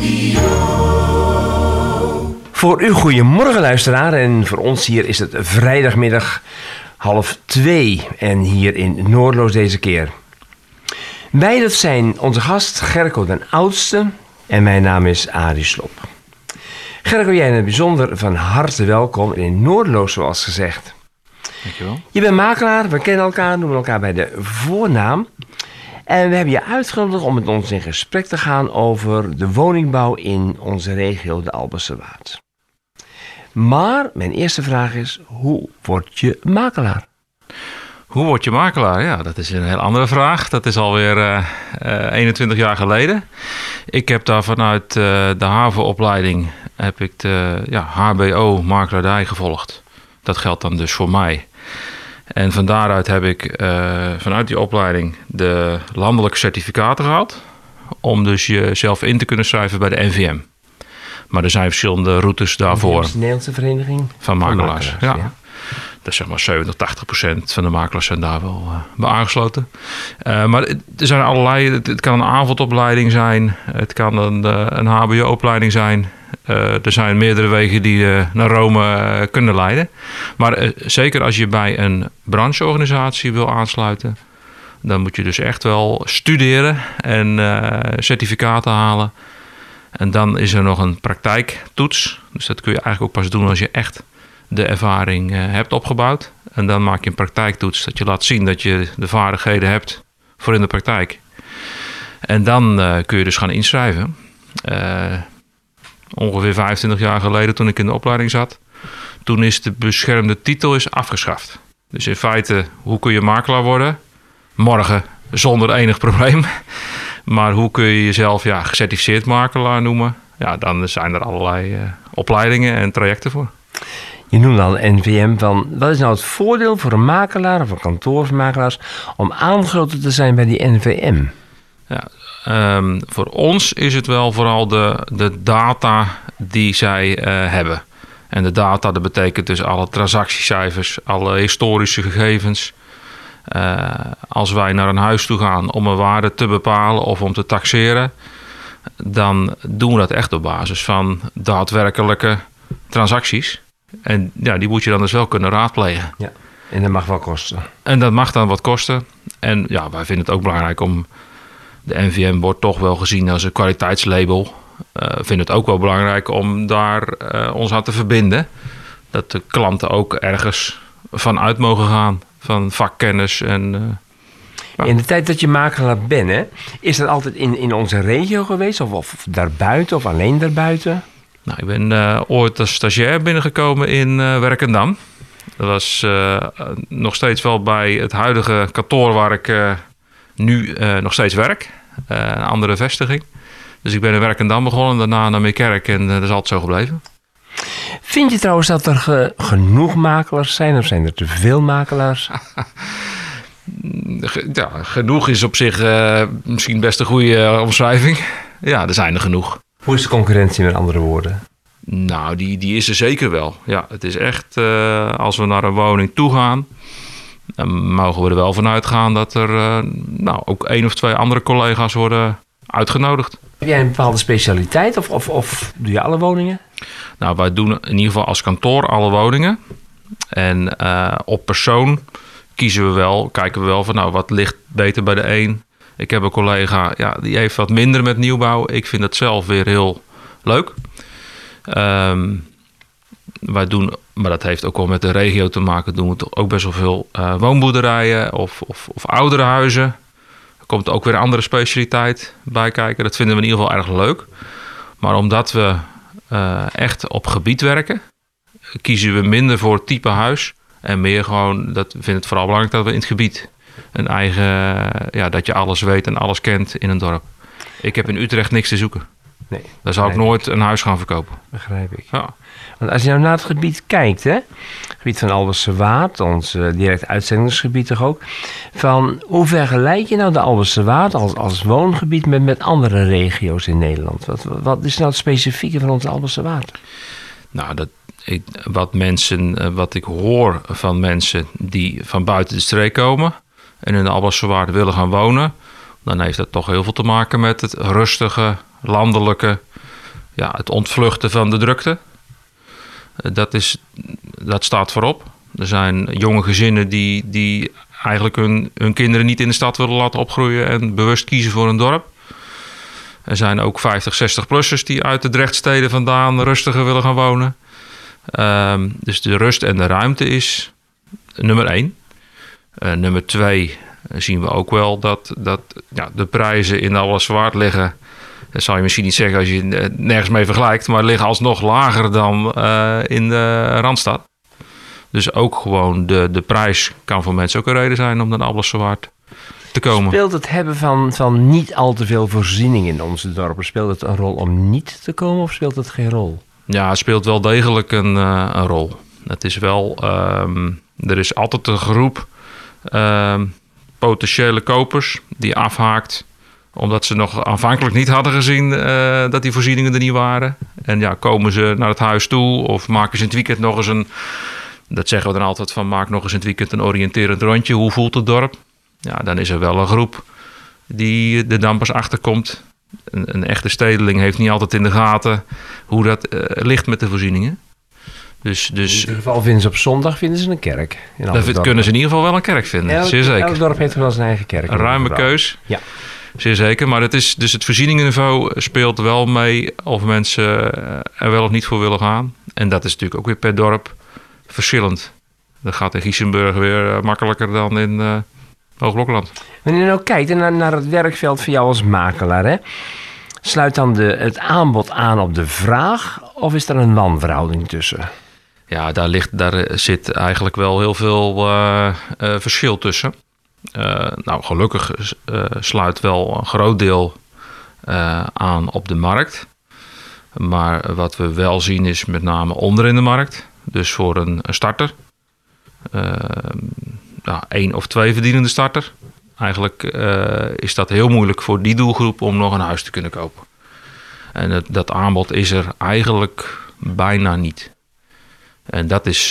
Voor u goedemorgen luisteraar en voor ons hier is het vrijdagmiddag 1:30 en hier in Noordloos deze keer. Wij dat zijn onze gast Gerco den Oudste en mijn naam is Arie Slob. Gerco, jij in het bijzonder van harte welkom in Noordloos zoals gezegd. Dankjewel. Je bent makelaar, we kennen elkaar, noemen elkaar bij de voornaam. En we hebben je uitgenodigd om met ons in gesprek te gaan over de woningbouw in onze regio, de Alberse Waard. Maar mijn eerste vraag is, hoe word je makelaar? Hoe word je makelaar? Ja, dat is een heel andere vraag. Dat is alweer 21 jaar geleden. Ik heb daar vanuit de havenopleiding heb ik de HBO makelaardij gevolgd. Dat geldt dan dus voor mij. En van daaruit heb ik vanuit die opleiding de landelijke certificaten gehaald. Om dus jezelf in te kunnen schrijven bij de NVM. Maar er zijn verschillende routes daarvoor. Dat is de Nederlandse Vereniging van Makelaars. Ja. Dat is zeg maar 70-80% van de makelaars zijn daar wel bij aangesloten. Maar er zijn allerlei. Het kan een avondopleiding zijn. Het kan een HBO-opleiding zijn. Er zijn meerdere wegen die naar Rome kunnen leiden. Maar zeker als je bij een brancheorganisatie wil aansluiten, dan moet je dus echt wel studeren en certificaten halen. En dan is er nog een praktijktoets. Dus dat kun je eigenlijk ook pas doen als je echt de ervaring hebt opgebouwd. En dan maak je een praktijktoets. Dat je laat zien dat je de vaardigheden hebt voor in de praktijk. En dan kun je dus gaan inschrijven. Ongeveer 25 jaar geleden toen ik in de opleiding zat. Toen is de beschermde titel afgeschaft. Dus in feite, hoe kun je makelaar worden? Morgen zonder enig probleem. Maar hoe kun je jezelf gecertificeerd makelaar noemen? Ja, dan zijn er allerlei opleidingen en trajecten voor. Je noemde al NVM. Wat is nou het voordeel voor een makelaar of een kantoor van makelaars om aangesloten te zijn bij die NVM? Ja, voor ons is het wel vooral de data die zij hebben. En de data, dat betekent dus alle transactiecijfers, alle historische gegevens. Als wij naar een huis toe gaan om een waarde te bepalen of om te taxeren, dan doen we dat echt op basis van daadwerkelijke transacties. En ja, die moet je dan dus wel kunnen raadplegen. Ja, en dat mag wel kosten. En dat mag dan wat kosten. En ja, wij vinden het ook belangrijk om... De NVM wordt toch wel gezien als een kwaliteitslabel. Vinden het ook wel belangrijk om daar ons aan te verbinden. Dat de klanten ook ergens van uit mogen gaan. Van vakkennis en... In de tijd dat je makelaar bent, hè, is dat altijd in onze regio geweest? Of daarbuiten of alleen daarbuiten? Nou, ik ben ooit als stagiair binnengekomen in Werkendam. Dat was nog steeds wel bij het huidige kantoor waar ik nu nog steeds werk. Een andere vestiging. Dus ik ben in Werkendam begonnen, daarna naar Meerkerk en dat is altijd zo gebleven. Vind je trouwens dat er genoeg makelaars zijn of zijn er te veel makelaars? Ja, genoeg is op zich misschien best een goede omschrijving. Ja, er zijn er genoeg. Hoe is de concurrentie met andere woorden? Nou, die is er zeker wel. Ja, het is echt, als we naar een woning toe gaan, dan mogen we er wel van uitgaan dat er ook 1 of 2 andere collega's worden uitgenodigd. Heb jij een bepaalde specialiteit of doe je alle woningen? Nou, wij doen in ieder geval als kantoor alle woningen. En op persoon kijken we wel van wat ligt beter bij de een. Ik heb een collega, die heeft wat minder met nieuwbouw. Ik vind het zelf weer heel leuk. Wij doen, maar dat heeft ook wel met de regio te maken, doen we toch ook best wel veel woonboerderijen of oudere huizen. Er komt ook weer een andere specialiteit bij kijken. Dat vinden we in ieder geval erg leuk. Maar omdat we echt op gebied werken, kiezen we minder voor het type huis. En meer gewoon, dat vind het vooral belangrijk dat we in het gebied een eigen, dat je alles weet en alles kent in een dorp. Ik heb in Utrecht niks te zoeken. Nee, daar zou ik nooit een huis gaan verkopen. Begrijp ik. Ja. Want als je nou naar het gebied kijkt, hè, het gebied van Alberse Waard, ons direct uitzendingsgebied toch ook, van hoe vergelijk je nou de Alberse Waard als woongebied met andere regio's in Nederland? Wat is nou het specifieke van onze Alberse Waard? Nou, wat ik hoor van mensen die van buiten de streek komen en in de Alberse Waard willen gaan wonen, dan heeft dat toch heel veel te maken met het rustige, landelijke, het ontvluchten van de drukte. Dat staat voorop. Er zijn jonge gezinnen die eigenlijk hun kinderen niet in de stad willen laten opgroeien en bewust kiezen voor een dorp. Er zijn ook 50, 60-plussers die uit de Drechtsteden vandaan rustiger willen gaan wonen. Dus de rust en de ruimte is nummer 1. Nummer 2 zien we ook wel dat de prijzen in Alblasserdwaard liggen. Dat zal je misschien niet zeggen als je het nergens mee vergelijkt, maar liggen alsnog lager dan in de Randstad. Dus ook gewoon de prijs kan voor mensen ook een reden zijn om naar Alblasserdwaard te komen. Speelt het hebben van niet al te veel voorzieningen in onze dorpen, speelt het een rol om niet te komen of speelt het geen rol? Ja, het speelt wel degelijk een rol. Het is wel, er is altijd een groep potentiële kopers die afhaakt omdat ze nog aanvankelijk niet hadden gezien dat die voorzieningen er niet waren. En komen ze naar het huis toe of maken ze in het weekend nog eens dat zeggen we dan altijd van, maak nog eens in het weekend een oriënterend rondje. Hoe voelt het dorp? Ja, dan is er wel een groep die de dampers achterkomt. Een echte stedeling heeft niet altijd in de gaten hoe dat ligt met de voorzieningen. Dus in ieder geval vinden ze op zondag een kerk. Dat kunnen ze in ieder geval wel een kerk vinden, zeer zeker. Elk dorp heeft wel zijn eigen kerk. Een ruime keus, ja. Zeer zeker. Maar het voorzieningenniveau speelt wel mee of mensen er wel of niet voor willen gaan. En dat is natuurlijk ook weer per dorp verschillend. Dat gaat in Giessenburg weer makkelijker dan in Hoogblokland. Wanneer je nou kijkt naar het werkveld van jou als makelaar, hè? Sluit dan het aanbod aan op de vraag of is er een wanverhouding tussen? Ja, daar zit eigenlijk wel heel veel verschil tussen. Gelukkig sluit wel een groot deel aan op de markt. Maar wat we wel zien is met name onder in de markt. Dus voor een starter. 1 of 2 verdienende starter. Eigenlijk is dat heel moeilijk voor die doelgroep om nog een huis te kunnen kopen. En dat aanbod is er eigenlijk bijna niet. En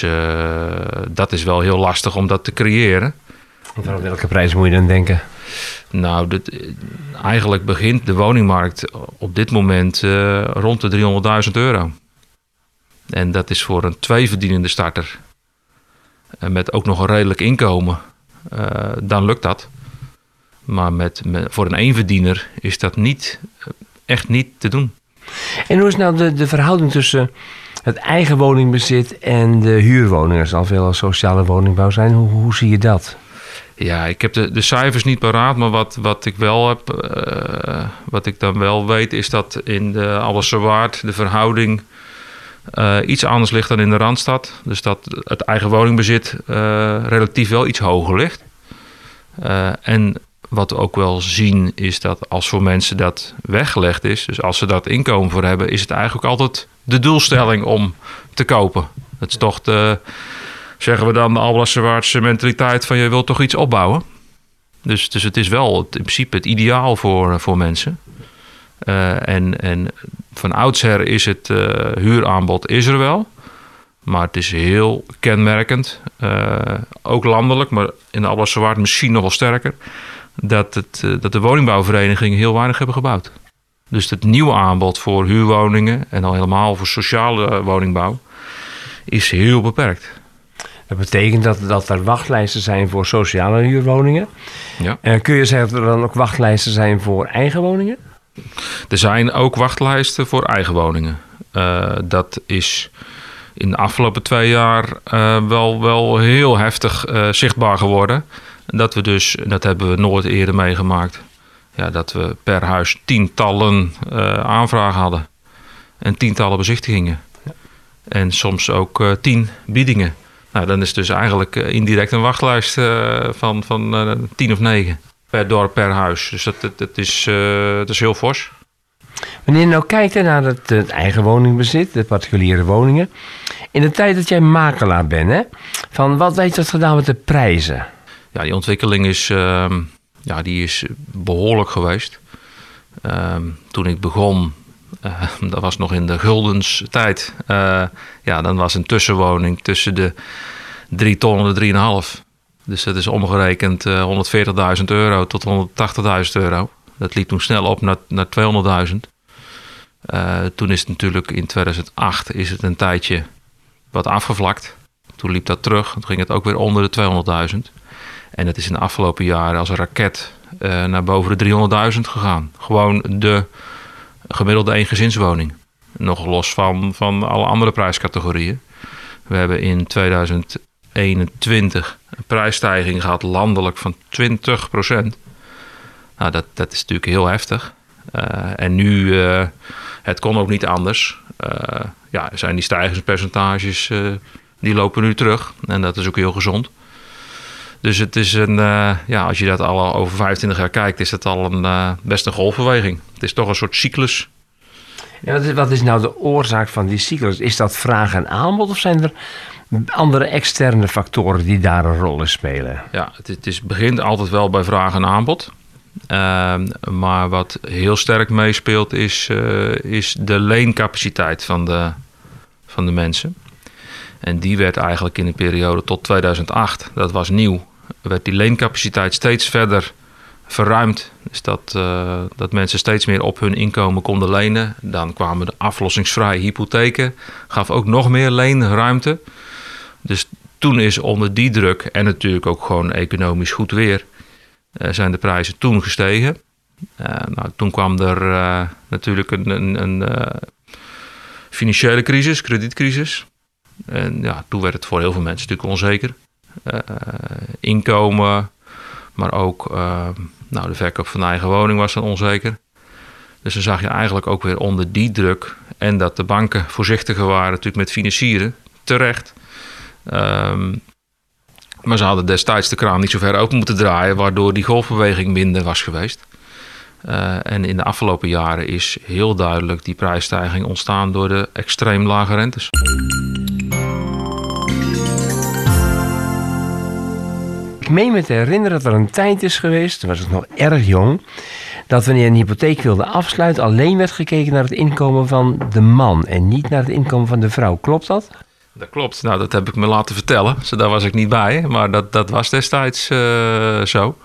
dat is wel heel lastig om dat te creëren. Op welke prijs moet je dan denken? Nou, eigenlijk begint de woningmarkt op dit moment rond de €300.000. En dat is voor een 2-verdienende starter. En met ook nog een redelijk inkomen. Dan lukt dat. Maar voor een 1-verdiener is dat echt niet te doen. En hoe is nou de verhouding tussen het eigen woningbezit en de huurwoningen? Er zal veel sociale woningbouw zijn. Hoe zie je dat? Ja, ik heb de cijfers niet paraat, maar wat ik wel heb, wat ik dan wel weet, is dat in de Alblasserdwaard de verhouding iets anders ligt dan in de Randstad. Dus dat het eigen woningbezit relatief wel iets hoger ligt. En wat we ook wel zien is dat als voor mensen dat weggelegd is, dus als ze dat inkomen voor hebben, is het eigenlijk altijd de doelstelling om te kopen. Het is toch zeggen we dan de Alblasserdwaardse mentaliteit van je wilt toch iets opbouwen. Dus het is wel in principe het ideaal voor mensen. En van oudsher is het huuraanbod is er wel. Maar het is heel kenmerkend. Ook landelijk, maar in de Alblasserdwaard misschien nog wel sterker. Dat de woningbouwverenigingen heel weinig hebben gebouwd. Dus het nieuwe aanbod voor huurwoningen en al helemaal voor sociale woningbouw is heel beperkt. Dat betekent dat er wachtlijsten zijn voor sociale huurwoningen. Ja. Kun je zeggen dat er dan ook wachtlijsten zijn voor eigen woningen? Er zijn ook wachtlijsten voor eigen woningen. Dat is in de afgelopen 2 jaar wel heel heftig zichtbaar geworden. Dat hebben we nooit eerder meegemaakt. Ja, dat we per huis tientallen aanvragen hadden. En tientallen bezichtigingen. Ja. En soms ook 10 biedingen. Nou, dan is dus eigenlijk indirect een wachtlijst van 10 of 9 per dorp, per huis. Dus dat is heel fors. Wanneer je nou kijkt naar het eigen woningbezit, de particuliere woningen. In de tijd dat jij makelaar bent, hè, wat heeft dat gedaan met de prijzen? Ja, die ontwikkeling die is behoorlijk geweest. Toen ik begon, dat was nog in de guldens tijd. Dan was een tussenwoning tussen de 3 ton en de 3,5. Dus dat is omgerekend €140.000 tot €180.000. Dat liep toen snel op naar 200.000. Toen is het natuurlijk in 2008 is het een tijdje wat afgevlakt. Toen liep dat terug. Toen ging het ook weer onder de 200.000. En het is in de afgelopen jaren als een raket naar boven de 300.000 gegaan. Gewoon de gemiddelde eengezinswoning. Nog los van alle andere prijscategorieën. We hebben in 2021 een prijsstijging gehad landelijk van 20%. Nou, dat is natuurlijk heel heftig. En nu, het kon ook niet anders. Zijn die stijgingspercentages, die lopen nu terug. En dat is ook heel gezond. Dus het is als je dat al over 25 jaar kijkt, is het al best een golfbeweging. Het is toch een soort cyclus. Ja, wat is nou de oorzaak van die cyclus? Is dat vraag en aanbod of zijn er andere externe factoren die daar een rol in spelen? Ja, het begint altijd wel bij vraag en aanbod. Maar wat heel sterk meespeelt is de leencapaciteit van de mensen. En die werd eigenlijk in de periode tot 2008, dat was nieuw, werd die leencapaciteit steeds verder verruimd. Dus dat mensen steeds meer op hun inkomen konden lenen. Dan kwamen de aflossingsvrije hypotheken, gaf ook nog meer leenruimte. Dus toen is onder die druk en natuurlijk ook gewoon economisch goed weer, zijn de prijzen toen gestegen. Toen kwam er natuurlijk een financiële crisis, kredietcrisis. En ja, toen werd het voor heel veel mensen natuurlijk onzeker. Inkomen, maar ook de verkoop van de eigen woning was dan onzeker. Dus dan zag je eigenlijk ook weer onder die druk en dat de banken voorzichtiger waren natuurlijk met financieren, terecht. Maar ze hadden destijds de kraan niet zo ver open moeten draaien, waardoor die golfbeweging minder was geweest. En in de afgelopen jaren is heel duidelijk die prijsstijging ontstaan door de extreem lage rentes. Ik meen me te herinneren dat er een tijd is geweest, toen was ik nog erg jong, dat wanneer je een hypotheek wilde afsluiten, alleen werd gekeken naar het inkomen van de man en niet naar het inkomen van de vrouw. Klopt dat? Dat klopt. Nou, dat heb ik me laten vertellen. Daar was ik niet bij, maar dat was destijds zo.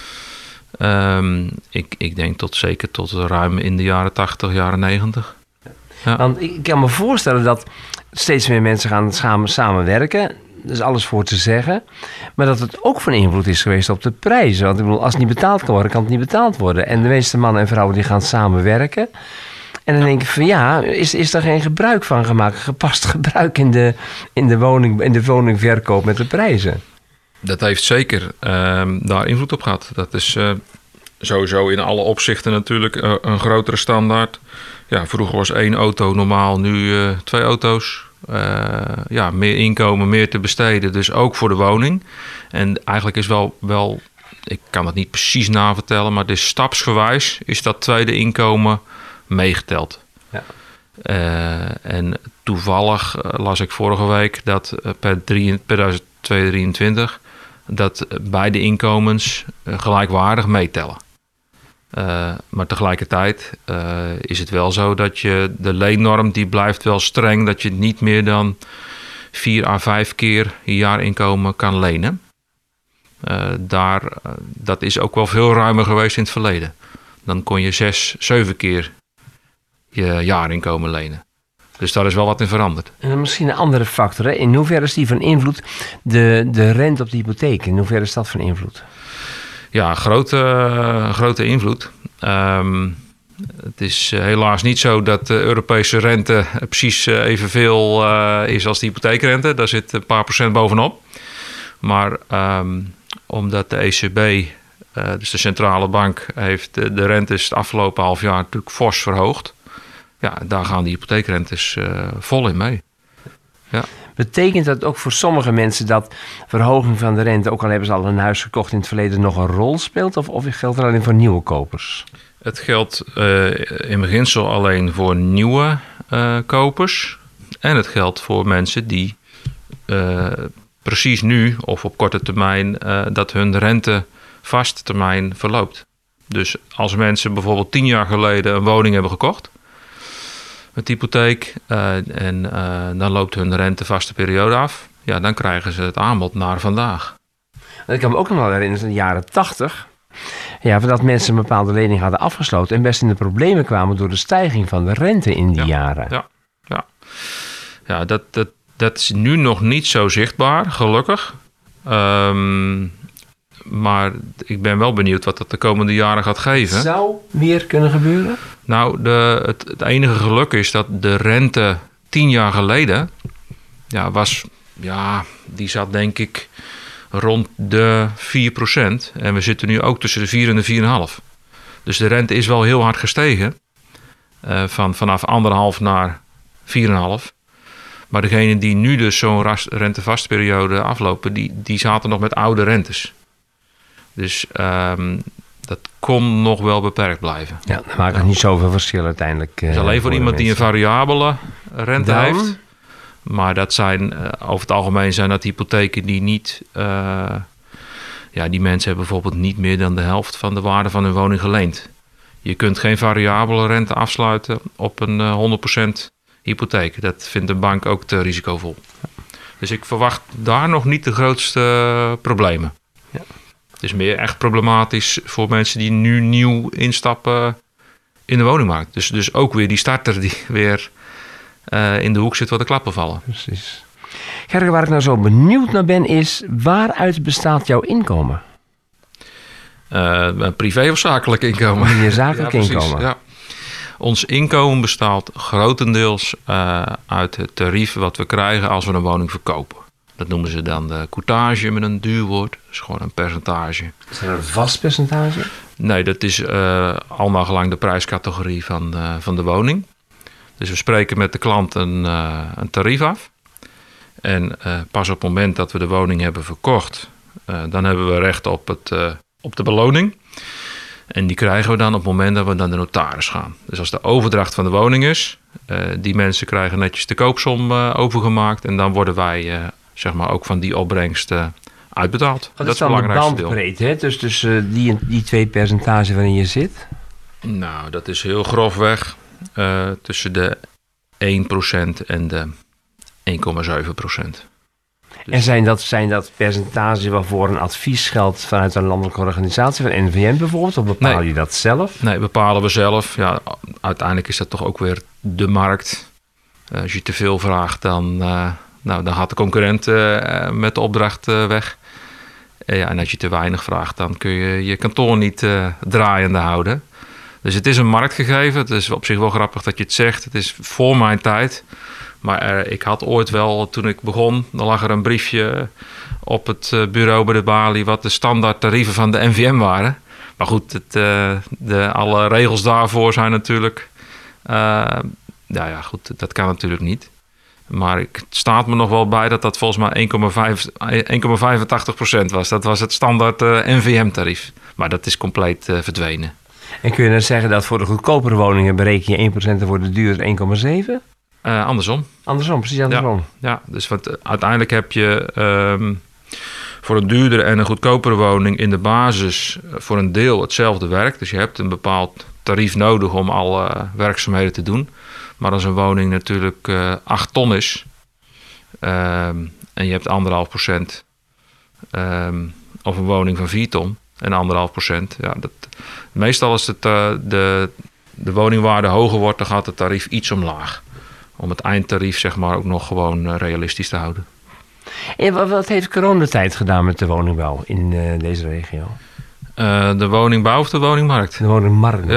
Ik denk zeker tot ruim in de jaren 80, jaren 90. Ja. Want ik kan me voorstellen dat steeds meer mensen gaan samenwerken. Er is alles voor te zeggen. Maar dat het ook van invloed is geweest op de prijzen. Want ik bedoel, als het niet betaald kan worden, kan het niet betaald worden. En de meeste mannen en vrouwen die gaan samenwerken. En dan denk ik van ja, is er geen gebruik van gemaakt? Gepast gebruik in de woningverkoop met de prijzen? Dat heeft zeker daar invloed op gehad. Dat is sowieso in alle opzichten natuurlijk een grotere standaard. Ja, vroeger was 1 auto normaal, nu 2 auto's. Meer inkomen, meer te besteden, dus ook voor de woning. En eigenlijk is wel, ik kan het niet precies navertellen, maar dus stapsgewijs is dat tweede inkomen meegeteld. Ja. En toevallig las ik vorige week dat per 2023 dat beide inkomens gelijkwaardig meetellen. Maar tegelijkertijd is het wel zo dat je de leennorm die blijft wel streng, dat je niet meer dan 4 à 5 keer je jaarinkomen kan lenen. Dat is ook wel veel ruimer geweest in het verleden. Dan kon je 6, 7 keer je jaarinkomen lenen. Dus daar is wel wat in veranderd. En dan misschien een andere factor. Hè? In hoeverre is die van invloed, de rente op de hypotheek? In hoeverre is dat van invloed? Ja, grote invloed. Het is helaas niet zo dat de Europese rente precies evenveel is als de hypotheekrente. Daar zit een paar procent bovenop. Maar omdat de ECB, dus de centrale bank, heeft de rentes het afgelopen half jaar natuurlijk fors verhoogd. Ja, daar gaan die hypotheekrentes vol in mee. Ja. Betekent dat ook voor sommige mensen dat verhoging van de rente, ook al hebben ze al een huis gekocht in het verleden, nog een rol speelt? Of geldt het alleen voor nieuwe kopers? Het geldt in beginsel alleen voor nieuwe kopers. En het geldt voor mensen die precies nu of op korte termijn dat hun rente vasttermijn verloopt. Dus als mensen bijvoorbeeld 10 jaar geleden een woning hebben gekocht met hypotheek en dan loopt hun rentevaste periode af, ja, dan krijgen ze het aanbod naar vandaag. Ik kan me ook nog wel herinneren, in de jaren 80 Ja, dat mensen een bepaalde lening hadden afgesloten en best in de problemen kwamen door de stijging van de rente in die jaren. Ja, dat is nu nog niet zo zichtbaar, gelukkig. Maar ik ben wel benieuwd wat dat de komende jaren gaat geven. Zou weer kunnen gebeuren? Nou, het enige geluk is dat de rente 10 jaar geleden die zat denk ik rond de 4%. En we zitten nu ook tussen de 4 en de 4,5. Dus de rente is wel heel hard gestegen. Vanaf 1,5 naar 4,5. Maar degenen die nu dus zo'n rentevastperiode aflopen, die zaten nog met oude rentes. Dus dat kon nog wel beperkt blijven. Ja, dan maakt het niet zoveel verschil uiteindelijk. Dus alleen voor iemand die een variabele rente heeft. Maar dat zijn over het algemeen zijn dat hypotheken die niet... die mensen hebben bijvoorbeeld niet meer dan de helft van de waarde van hun woning geleend. Je kunt geen variabele rente afsluiten op een 100% hypotheek. Dat vindt de bank ook te risicovol. Dus ik verwacht daar nog niet de grootste problemen. Ja. Het is meer echt problematisch voor mensen die nu nieuw instappen in de woningmarkt. Dus ook weer die starter die weer in de hoek zit waar de klappen vallen. Precies. Gerke, waar ik nou zo benieuwd naar ben is, waaruit bestaat jouw inkomen? Privé of zakelijk inkomen? Je zakelijk inkomen. Ja. Ons inkomen bestaat grotendeels uit het tarief wat we krijgen als we een woning verkopen. Dat noemen ze dan de courtage met een duur woord. Dat is gewoon een percentage. Is dat een vast percentage? Nee, dat is al naar gelang de prijscategorie van de woning. Dus we spreken met de klant een tarief af. En pas op het moment dat we de woning hebben verkocht, dan hebben we recht op de beloning. En die krijgen we dan op het moment dat we naar de notaris gaan. Dus als de overdracht van de woning is, die mensen krijgen netjes de koopsom overgemaakt. En dan worden wij ook van die opbrengst uitbetaald. Dat is het belangrijkste deel. Bandbreedte, hè? Dus tussen die twee percentages waarin je zit? Nou, dat is heel grofweg tussen de 1% en de 1,7%. Dus en zijn dat percentages waarvoor een advies geldt vanuit een landelijke organisatie, van NVM bijvoorbeeld? Of bepaal je dat zelf? Nee, bepalen we zelf. Ja, uiteindelijk is dat toch ook weer de markt. Als je te veel vraagt, dan gaat de concurrent met de opdracht weg. En als je te weinig vraagt, dan kun je je kantoor niet draaiende houden. Dus het is een marktgegeven. Het is op zich wel grappig dat je het zegt. Het is voor mijn tijd. Maar ik had ooit wel, toen ik begon, dan lag er een briefje op het bureau bij de balie wat de standaard tarieven van de NVM waren. Maar goed, alle regels daarvoor zijn natuurlijk... dat kan natuurlijk niet. Maar het staat me nog wel bij dat volgens mij 1,85% was. Dat was het standaard NVM-tarief. Maar dat is compleet verdwenen. En kun je dan zeggen dat voor de goedkopere woningen bereken je 1% en voor de duurdere 1,7%? Andersom. Andersom, precies andersom. Ja, dus uiteindelijk heb je voor een duurdere en een goedkopere woning in de basis voor een deel hetzelfde werk. Dus je hebt een bepaald tarief nodig om alle werkzaamheden te doen. Maar als een woning natuurlijk 8 ton is en je hebt 1,5%, of een woning van 4 ton en 1,5%. Ja, meestal als de woningwaarde hoger wordt, dan gaat het tarief iets omlaag. Om het eindtarief ook nog gewoon realistisch te houden. En wat heeft coronatijd gedaan met de woningbouw in deze regio? De woningbouw of de woningmarkt? De woningmarkt,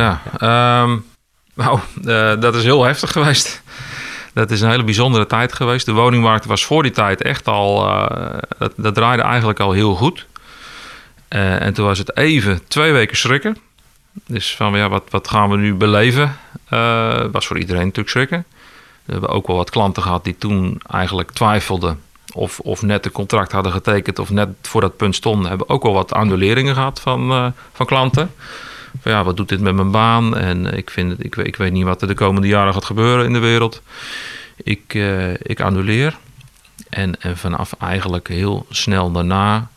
dat is heel heftig geweest. Dat is een hele bijzondere tijd geweest. De woningmarkt was voor die tijd echt al... dat draaide eigenlijk al heel goed. En toen was het even 2 weken schrikken. Dus wat gaan we nu beleven? Was voor iedereen natuurlijk schrikken. We hebben ook wel wat klanten gehad die toen eigenlijk twijfelden of net een contract hadden getekend of net voor dat punt stonden. We hebben ook wel wat annuleringen gehad van klanten. Wat doet dit met mijn baan? En ik weet niet wat er de komende jaren gaat gebeuren in de wereld. Ik annuleer. En vanaf eigenlijk heel snel daarna...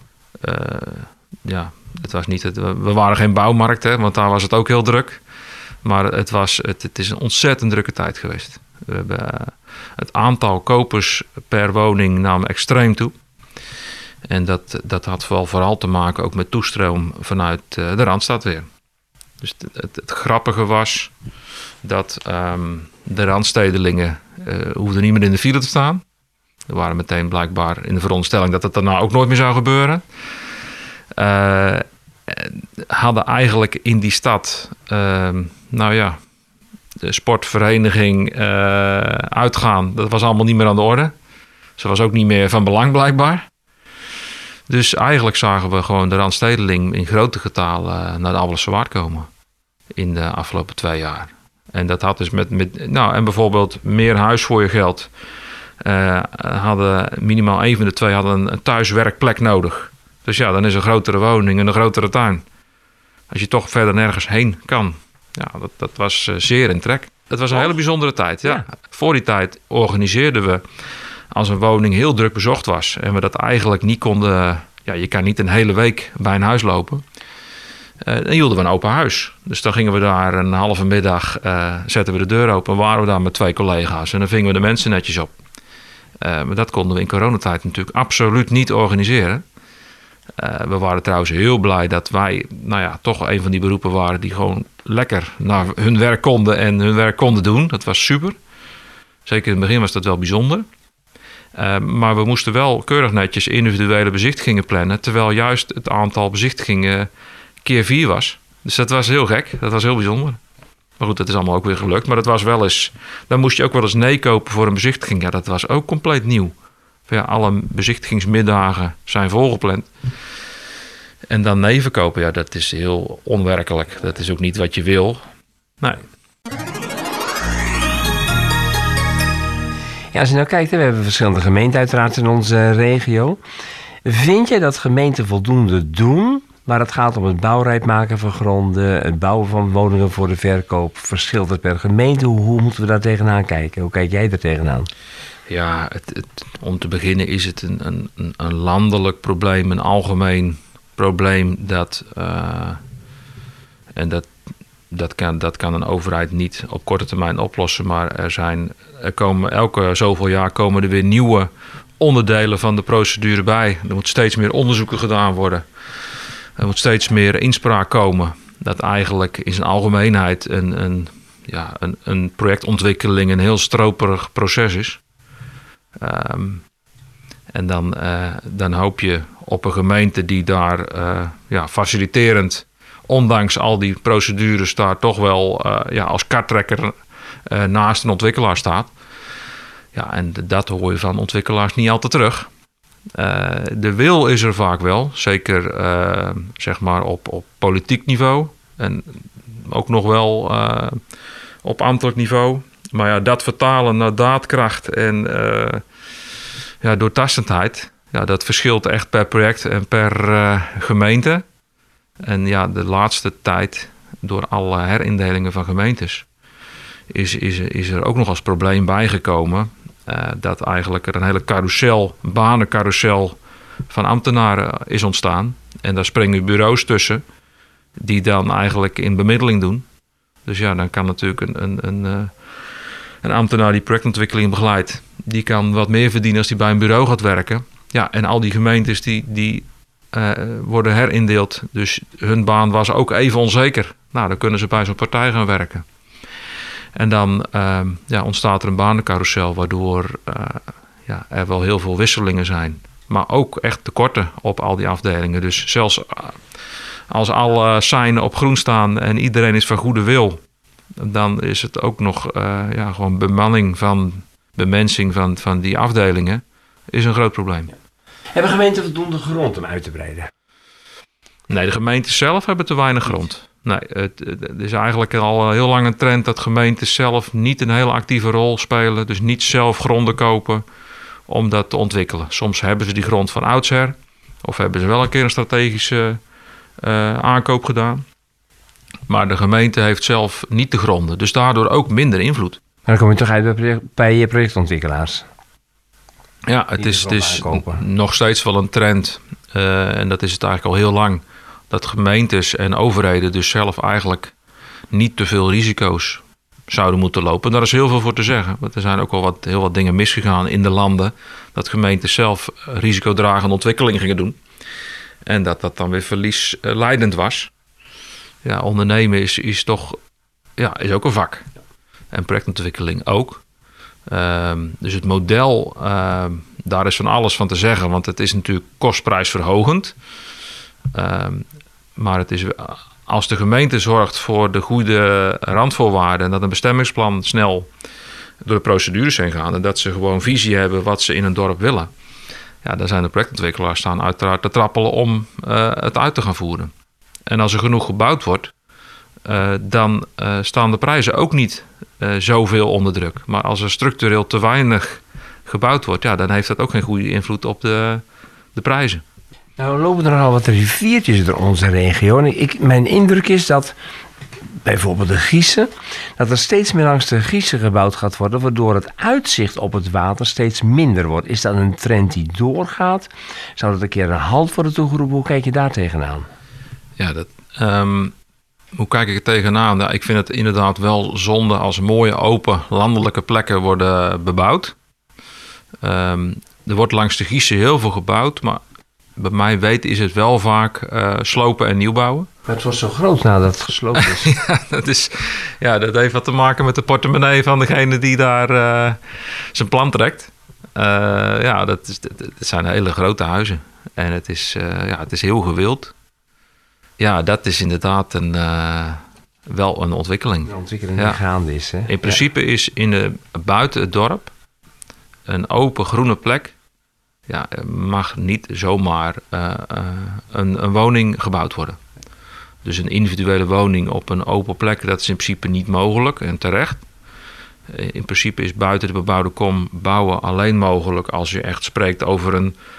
we waren geen bouwmarkt, hè, want daar was het ook heel druk. Maar het is een ontzettend drukke tijd geweest. We hebben het aantal kopers per woning nam extreem toe. En dat had vooral te maken ook met toestroom vanuit de Randstad weer. Dus het grappige was dat de Randstedelingen hoefden niet meer in de file te staan. Er waren meteen blijkbaar in de veronderstelling dat het daarna ook nooit meer zou gebeuren. Hadden eigenlijk in die stad, de sportvereniging, uitgaan. Dat was allemaal niet meer aan de orde. Ze was ook niet meer van belang blijkbaar. Dus eigenlijk zagen we gewoon de Randstedeling in grote getalen naar de Alblassche Waard komen. In de afgelopen 2 jaar. En dat had dus en bijvoorbeeld meer huis voor je geld. Hadden minimaal 1 van de 2 hadden een thuiswerkplek nodig. Dus ja, dan is een grotere woning en een grotere tuin. Als je toch verder nergens heen kan. Ja, dat was zeer in trek. Het was een hele bijzondere tijd. Ja. Voor die tijd organiseerden we, als een woning heel druk bezocht was en we dat eigenlijk niet konden. Ja, je kan niet een hele week bij een huis lopen. Dan hielden we een open huis. Dus dan gingen we daar een halve middag, zetten we de deur open, waren we daar met 2 collega's en dan vingen we de mensen netjes op. Maar dat konden we in coronatijd natuurlijk absoluut niet organiseren. We waren trouwens heel blij dat wij toch een van die beroepen waren die gewoon lekker naar hun werk konden en hun werk konden doen. Dat was super. Zeker in het begin was dat wel bijzonder. Maar we moesten wel keurig netjes individuele bezichtigingen plannen, terwijl juist het aantal bezichtigingen keer 4 was. Dus dat was heel gek. Dat was heel bijzonder. Maar goed, dat is allemaal ook weer gelukt. Maar dat was wel eens. Dan moest je ook wel eens nee kopen voor een bezichtiging. Ja, dat was ook compleet nieuw. Ja, alle bezichtigingsmiddagen zijn volgepland. En dan nee verkopen, ja, dat is heel onwerkelijk. Dat is ook niet wat je wil. Nee. Ja, als je nou kijkt, we hebben verschillende gemeenten uiteraard in onze regio. Vind je dat gemeenten voldoende doen waar het gaat om het bouwrijp maken van gronden, het bouwen van woningen voor de verkoop? Verschilt het per gemeente? Hoe moeten we daar tegenaan kijken? Hoe kijk jij er tegenaan? Ja, om te beginnen is het een landelijk probleem, een algemeen probleem dat kan een overheid niet op korte termijn oplossen. Maar er komen elke zoveel jaar komen er weer nieuwe onderdelen van de procedure bij. Er moet steeds meer onderzoeken gedaan worden. Er moet steeds meer inspraak komen. Dat eigenlijk in zijn algemeenheid een projectontwikkeling een heel stroperig proces is. En dan hoop je op een gemeente die daar faciliterend, ondanks al die procedures, daar toch wel als karttrekker naast een ontwikkelaar staat. Ja, en dat hoor je van ontwikkelaars niet altijd terug. De wil is er vaak wel, zeker zeg maar op politiek niveau en ook nog wel op ambtelijk niveau. Maar ja, dat vertalen naar daadkracht en doortastendheid, ja, dat verschilt echt per project en per gemeente. En ja, de laatste tijd, door alle herindelingen van gemeentes, is er ook nog als probleem bijgekomen dat eigenlijk er een hele banencarousel van ambtenaren is ontstaan. En daar springen bureaus tussen die dan eigenlijk in bemiddeling doen. Dus ja, dan kan natuurlijk een ambtenaar die projectontwikkeling begeleidt, die kan wat meer verdienen als die bij een bureau gaat werken. Ja, en al die gemeentes die worden herindeeld. Dus hun baan was ook even onzeker. Nou, dan kunnen ze bij zo'n partij gaan werken. En dan ontstaat er een banencarousel, waardoor er wel heel veel wisselingen zijn. Maar ook echt tekorten op al die afdelingen. Dus zelfs als alle seinen op groen staan en iedereen is van goede wil, dan is het ook nog gewoon bemensing van die afdelingen is een groot probleem. Hebben gemeenten voldoende grond om uit te breiden? Nee, de gemeenten zelf hebben te weinig grond. Nee, het is eigenlijk al heel lang een trend dat gemeenten zelf niet een hele actieve rol spelen. Dus niet zelf gronden kopen om dat te ontwikkelen. Soms hebben ze die grond van oudsher. Of hebben ze wel een keer een strategische aankoop gedaan. Maar de gemeente heeft zelf niet de gronden. Dus daardoor ook minder invloed. Maar dan kom je toch uit bij projectontwikkelaars? Ja, het is nog steeds wel een trend. En dat is het eigenlijk al heel lang. Dat gemeentes en overheden dus zelf eigenlijk niet te veel risico's zouden moeten lopen. Daar is heel veel voor te zeggen. Want er zijn ook al heel wat dingen misgegaan in de landen. Dat gemeenten zelf risicodragende ontwikkeling gingen doen. En dat dan weer verliesleidend was. Ja, ondernemen is toch is ook een vak. En projectontwikkeling ook. Dus het model, daar is van alles van te zeggen. Want het is natuurlijk kostprijsverhogend. Maar het is, als de gemeente zorgt voor de goede randvoorwaarden... en dat een bestemmingsplan snel door de procedures heen gaat... en dat ze gewoon visie hebben wat ze in een dorp willen... ja, dan zijn de projectontwikkelaars staan uiteraard te trappelen om het uit te gaan voeren. En als er genoeg gebouwd wordt... dan staan de prijzen ook niet zoveel onder druk. Maar als er structureel te weinig gebouwd wordt... ja, dan heeft dat ook geen goede invloed op de prijzen. Nou, lopen er nogal wat riviertjes door onze regio. En mijn indruk is dat bijvoorbeeld de Giezen... dat er steeds meer langs de Giezen gebouwd gaat worden... waardoor het uitzicht op het water steeds minder wordt. Is dat een trend die doorgaat? Zou dat een keer een halt worden toegeroepen? Hoe kijk je daar tegenaan? Ja, hoe kijk ik er tegenaan? Nou, ik vind het inderdaad wel zonde als mooie open landelijke plekken worden bebouwd. Er wordt langs de Giezen heel veel gebouwd, maar bij mij weten is het wel vaak slopen en nieuwbouwen. Maar het wordt zo groot nadat het gesloopt is. Dat heeft wat te maken met de portemonnee van degene die daar zijn plan trekt. Dat zijn hele grote huizen. En het is heel gewild. Ja, dat is inderdaad wel een ontwikkeling. Een ontwikkeling die gaande is. Hè? In principe is buiten het dorp een open groene plek. Ja, mag niet zomaar een woning gebouwd worden. Dus een individuele woning op een open plek, dat is in principe niet mogelijk en terecht. In principe is buiten de bebouwde kom bouwen alleen mogelijk als je echt spreekt over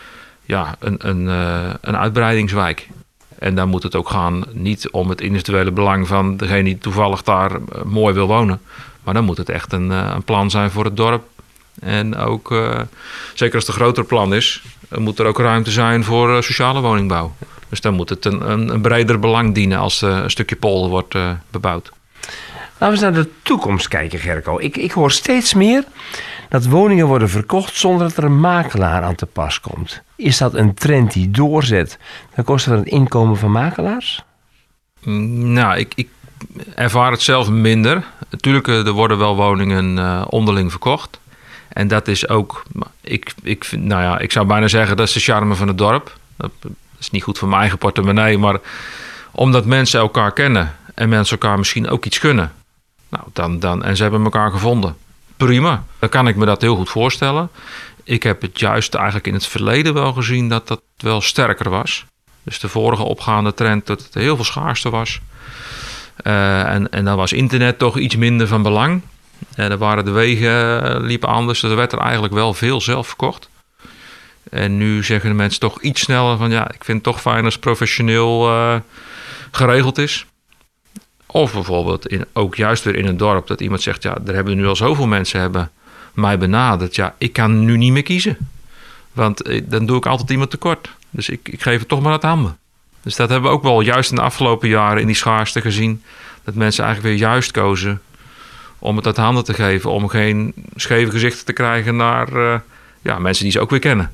een uitbreidingswijk. En dan moet het ook gaan niet om het individuele belang van degene die toevallig daar mooi wil wonen. Maar dan moet het echt een plan zijn voor het dorp. En ook, zeker als het een groter plan is, moet er ook ruimte zijn voor sociale woningbouw. Dus dan moet het een breder belang dienen als een stukje polder wordt bebouwd. Laten we eens naar de toekomst kijken, Gerco. Ik hoor steeds meer dat woningen worden verkocht zonder dat er een makelaar aan te pas komt. Is dat een trend die doorzet ten koste van het inkomen van makelaars? Nou, ik ervaar het zelf minder. Natuurlijk, er worden wel woningen onderling verkocht. En dat is ook, ik zou bijna zeggen, dat is de charme van het dorp. Dat is niet goed voor mijn eigen portemonnee, maar omdat mensen elkaar kennen en mensen elkaar misschien ook iets gunnen. Nou, en ze hebben elkaar gevonden. Prima, dan kan ik me dat heel goed voorstellen. Ik heb het juist eigenlijk in het verleden wel gezien dat dat wel sterker was. Dus de vorige opgaande trend dat het heel veel schaarste was. En dan was internet toch iets minder van belang. Er waren de wegen liepen anders. Dus er werd er eigenlijk wel veel zelf verkocht. En nu zeggen de mensen toch iets sneller van ik vind het toch fijn als het professioneel geregeld is. Of bijvoorbeeld ook juist weer in een dorp dat iemand zegt, er hebben nu al zoveel mensen hebben mij benaderd. Ik kan nu niet meer kiezen. Want dan doe ik altijd iemand tekort. Dus ik geef het toch maar uit handen. Dus dat hebben we ook wel juist in de afgelopen jaren in die schaarste gezien. Dat mensen eigenlijk weer juist kozen om het uit handen te geven. Om geen scheve gezichten te krijgen naar mensen die ze ook weer kennen.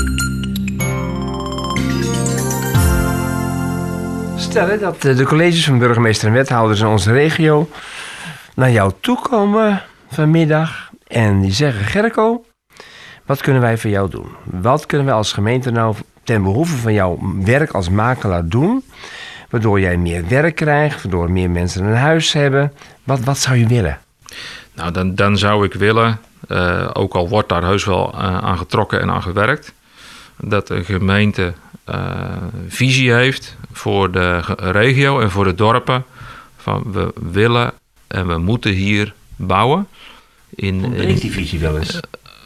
Stel dat de colleges van burgemeester en wethouders in onze regio naar jou toe komen vanmiddag en die zeggen, Gerco, wat kunnen wij voor jou doen? Wat kunnen wij als gemeente nou ten behoeve van jouw werk als makelaar doen, waardoor jij meer werk krijgt, waardoor meer mensen een huis hebben? Wat zou je willen? Nou, dan zou ik willen, ook al wordt daar heus wel aan getrokken en aan gewerkt, dat de gemeente visie heeft voor de regio en voor de dorpen. Van we willen en we moeten hier bouwen. Hoe breekt die visie wel eens?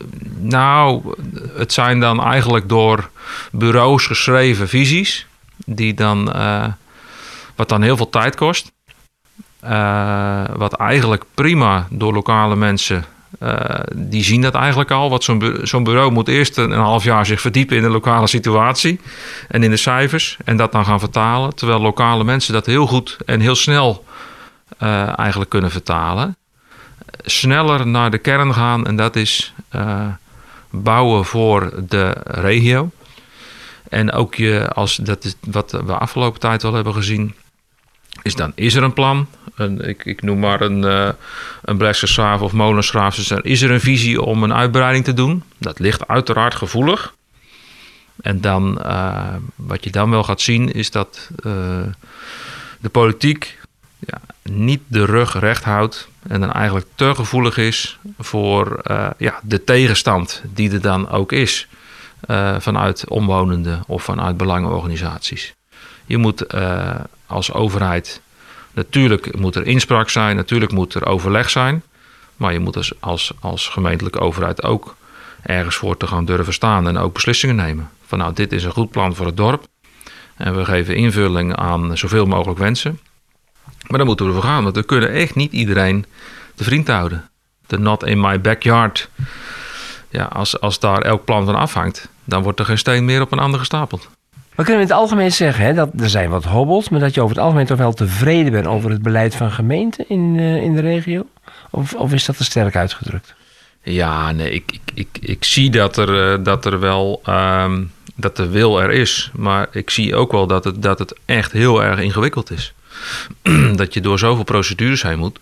Het zijn dan eigenlijk door bureaus geschreven visies. Die dan, wat dan heel veel tijd kost. Wat eigenlijk prima door lokale mensen, die zien dat eigenlijk al. Want zo'n bureau moet eerst een half jaar zich verdiepen in de lokale situatie en in de cijfers. En dat dan gaan vertalen. Terwijl lokale mensen dat heel goed en heel snel eigenlijk kunnen vertalen. sneller naar de kern gaan. En dat is bouwen voor de regio. En ook dat is wat we afgelopen tijd al hebben gezien. Is er een plan? Ik noem maar een Blessersgraaf of Molenschraaf. Dus is er een visie om een uitbreiding te doen? Dat ligt uiteraard gevoelig. En dan, wat je dan wel gaat zien, is dat de politiek niet de rug recht houdt. En dan eigenlijk te gevoelig is voor de tegenstand die er dan ook is. Vanuit omwonenden of vanuit belangenorganisaties. Je moet als overheid, natuurlijk moet er inspraak zijn, natuurlijk moet er overleg zijn. Maar je moet als gemeentelijke overheid ook ergens voor te gaan durven staan en ook beslissingen nemen. Van nou, dit is een goed plan voor het dorp. En we geven invulling aan zoveel mogelijk wensen. Maar dan moeten we ervoor gaan, want we kunnen echt niet iedereen te vriend houden. De not in my backyard. Ja, als daar elk plan van afhangt, dan wordt er geen steen meer op een ander gestapeld. We kunnen in het algemeen zeggen dat er zijn wat hobbels, maar dat je over het algemeen toch wel tevreden bent over het beleid van gemeenten in de regio? Of is dat te sterk uitgedrukt? Ja, nee, ik zie dat er wel dat de wil er is, maar ik zie ook wel dat het echt heel erg ingewikkeld is. Dat je door zoveel procedures heen moet.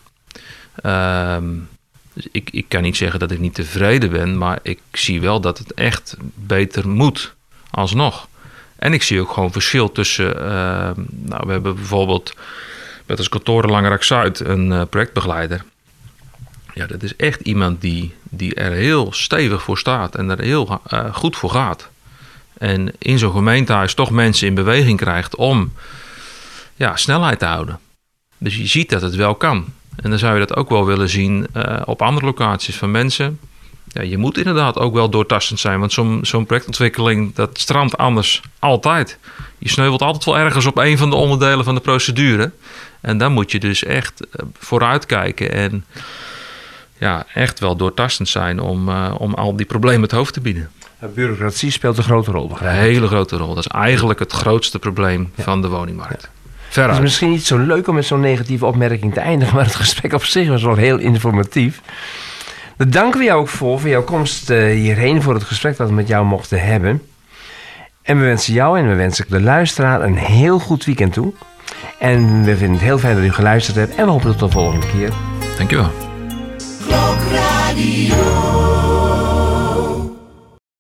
Dus ik kan niet zeggen dat ik niet tevreden ben, maar ik zie wel dat het echt beter moet, alsnog. En ik zie ook gewoon verschil tussen... we hebben bijvoorbeeld met als kantoor Langerak Zuid een projectbegeleider. Ja, dat is echt iemand die er heel stevig voor staat en er heel goed voor gaat. En in zo'n gemeentehuis toch mensen in beweging krijgt om snelheid te houden. Dus je ziet dat het wel kan. En dan zou je dat ook wel willen zien op andere locaties van mensen. Ja, je moet inderdaad ook wel doortastend zijn. Want zo'n projectontwikkeling, dat strandt anders altijd. Je sneuvelt altijd wel ergens op een van de onderdelen van de procedure. En dan moet je dus echt vooruitkijken. En echt wel doortastend zijn om al die problemen het hoofd te bieden. Bureaucratie speelt een grote rol, begrijp ik? Een hele grote rol. Dat is eigenlijk het grootste probleem van de woningmarkt. Ja. Het is misschien niet zo leuk om met zo'n negatieve opmerking te eindigen, maar het gesprek op zich was wel heel informatief. Daar danken we jou ook voor jouw komst hierheen, voor het gesprek dat we met jou mochten hebben. En we wensen jou en we wensen de luisteraar een heel goed weekend toe. En we vinden het heel fijn dat u geluisterd hebt en we hopen tot de volgende keer. Dankjewel. Klokradio.